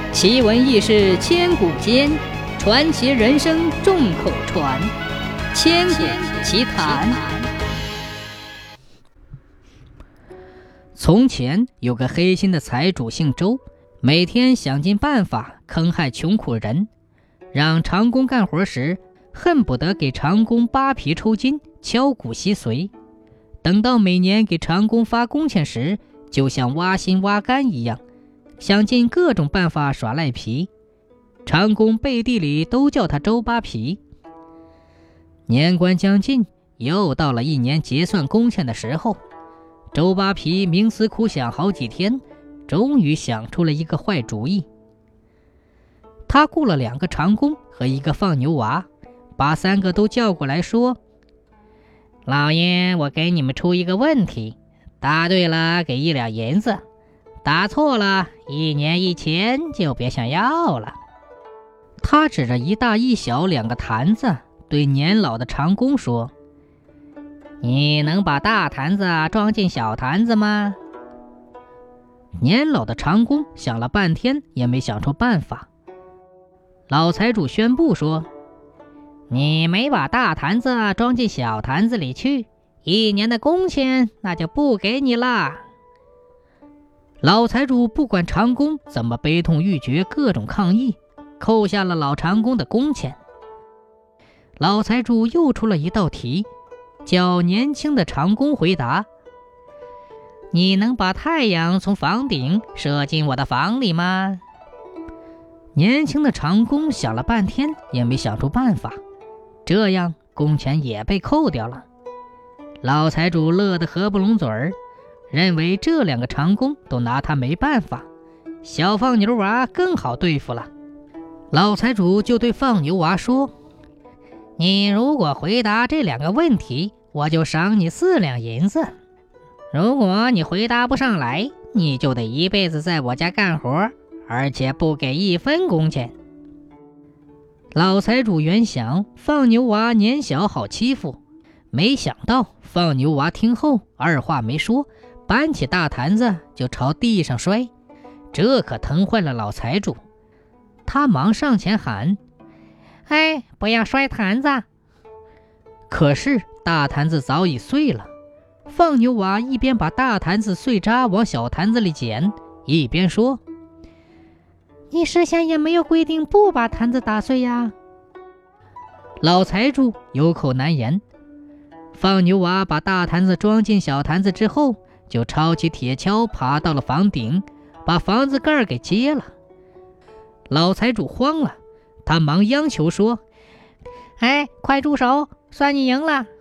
奇闻异事千古间，传奇人生众口传。千古奇谈。从前有个黑心的财主姓周，每天想尽办法坑害穷苦人，让长工干活时恨不得给长工扒皮抽筋，敲骨吸髓。等到每年给长工发工钱时，就像挖心挖肝一样，想尽各种办法耍赖皮。长工背地里都叫他周扒皮。年关将近，又到了一年结算工钱的时候，周扒皮冥思苦想好几天，终于想出了一个坏主意。他雇了2个长工和1个放牛娃，把3个都叫过来说：老爷，我给你们出一个问题，答对了给1两银子，答错了1年1钱就别想要了。他指着一大一小2个坛子，对年老的长工说：你能把大坛子装进小坛子吗？年老的长工想了半天也没想出办法。老财主宣布说：你没把大坛子装进小坛子里去，1年的工钱那就不给你啦。老财主不管长工怎么悲痛欲绝，各种抗议，扣下了老长工的工钱。老财主又出了一道题，叫年轻的长工回答：你能把太阳从房顶射进我的房里吗？年轻的长工想了半天也没想出办法，这样工钱也被扣掉了。老财主乐得合不拢嘴儿，认为这2个长工都拿他没办法，小放牛娃更好对付了。老财主就对放牛娃说：你如果回答这2个问题，我就赏你4两银子；如果你回答不上来，你就得一辈子在我家干活，而且不给1分工钱。老财主原想放牛娃年小好欺负，没想到放牛娃听后二话没说，搬起大坛子就朝地上摔，这可疼坏了老财主。他忙上前喊：哎，不要摔坛子！可是大坛子早已碎了。放牛娃一边把大坛子碎渣往小坛子里捡，一边说：你事先也没有规定不把坛子打碎呀。老财主有口难言。放牛娃把大坛子装进小坛子之后，就抄起铁锹爬到了房顶，把房子盖给揭了。老财主慌了，他忙央求说：哎，快住手，算你赢了。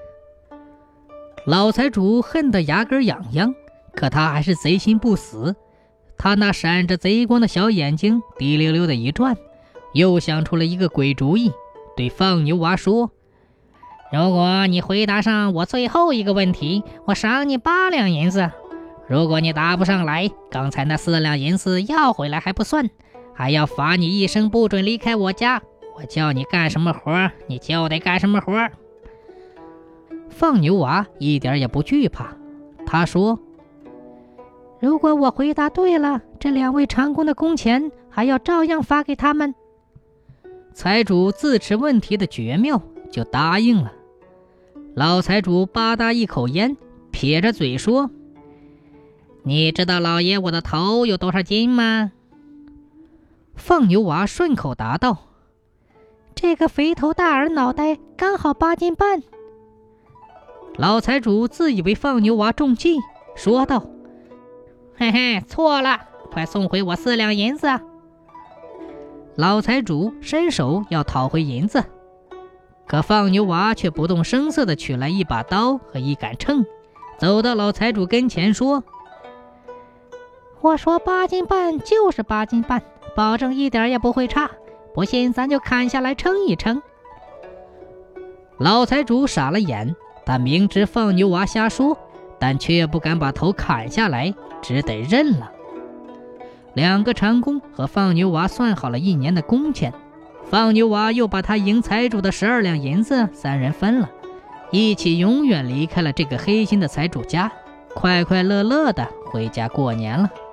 老财主恨得牙根痒痒，可他还是贼心不死。他那闪着贼光的小眼睛滴溜溜的一转，又想出了一个鬼主意，对放牛娃说：如果你回答上我最后一个问题，我赏你8两银子；如果你答不上来，刚才那4两银子要回来还不算，还要罚你一生不准离开我家，我叫你干什么活你就得干什么活。放牛娃一点也不惧怕，他说：如果我回答对了，这2位长工的工钱还要照样发给他们。财主自持问题的绝妙，就答应了。老财主吧嗒一口烟，撇着嘴说：你知道老爷我的头有多少斤吗？放牛娃顺口答道：这个肥头大耳脑袋刚好8斤半。老财主自以为放牛娃中计，说道：嘿嘿，错了，快送回我4两银子。老财主伸手要讨回银子，可放牛娃却不动声色地取来一把刀和一杆秤，走到老财主跟前说：我说8斤半就是8斤半，保证一点也不会差，不信咱就砍下来称一称。老财主傻了眼，他明知放牛娃瞎说，但却不敢把头砍下来，只得认了。2个长工和放牛娃算好了1年的工钱，放牛娃又把他赢财主的12两银子3人分了，一起永远离开了这个黑心的财主家，快快乐乐地回家过年了。